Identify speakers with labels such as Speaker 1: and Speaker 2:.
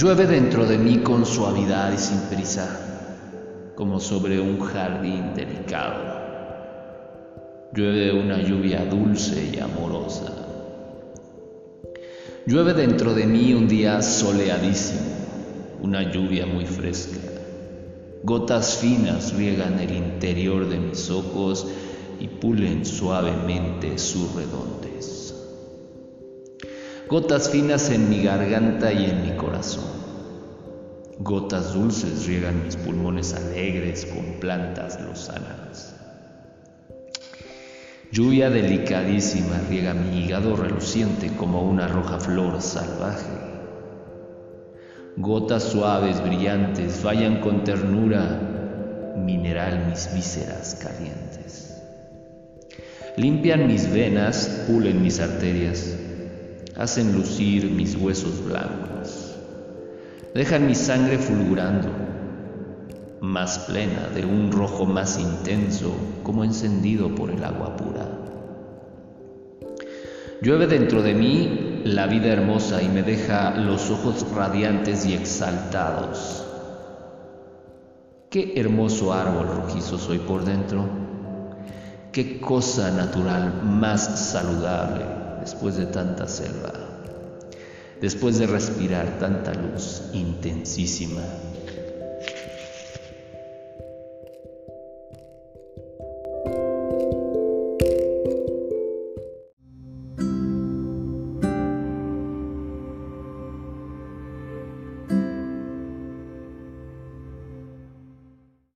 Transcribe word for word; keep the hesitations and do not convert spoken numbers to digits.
Speaker 1: Llueve dentro de mí con suavidad y sin prisa, como sobre un jardín delicado. Llueve una lluvia dulce y amorosa. Llueve dentro de mí un día soleadísimo, una lluvia muy fresca. Gotas finas riegan el interior de mis ojos y pulen suavemente su redondez. Gotas finas en mi garganta y en mi corazón. Gotas dulces riegan mis pulmones alegres con plantas lozanas. Lluvia delicadísima riega mi hígado reluciente como una roja flor salvaje. Gotas suaves, brillantes, vayan con ternura mineral mis vísceras calientes. Limpian mis venas, pulen mis arterias, hacen lucir mis huesos blancos. Dejan mi sangre fulgurando, más plena, de un rojo más intenso, como encendido por el agua pura. Llueve dentro de mí la vida hermosa y me deja los ojos radiantes y exaltados. Qué hermoso árbol rojizo soy por dentro. Qué cosa natural más saludable después de tanta selva, después de respirar tanta luz intensísima.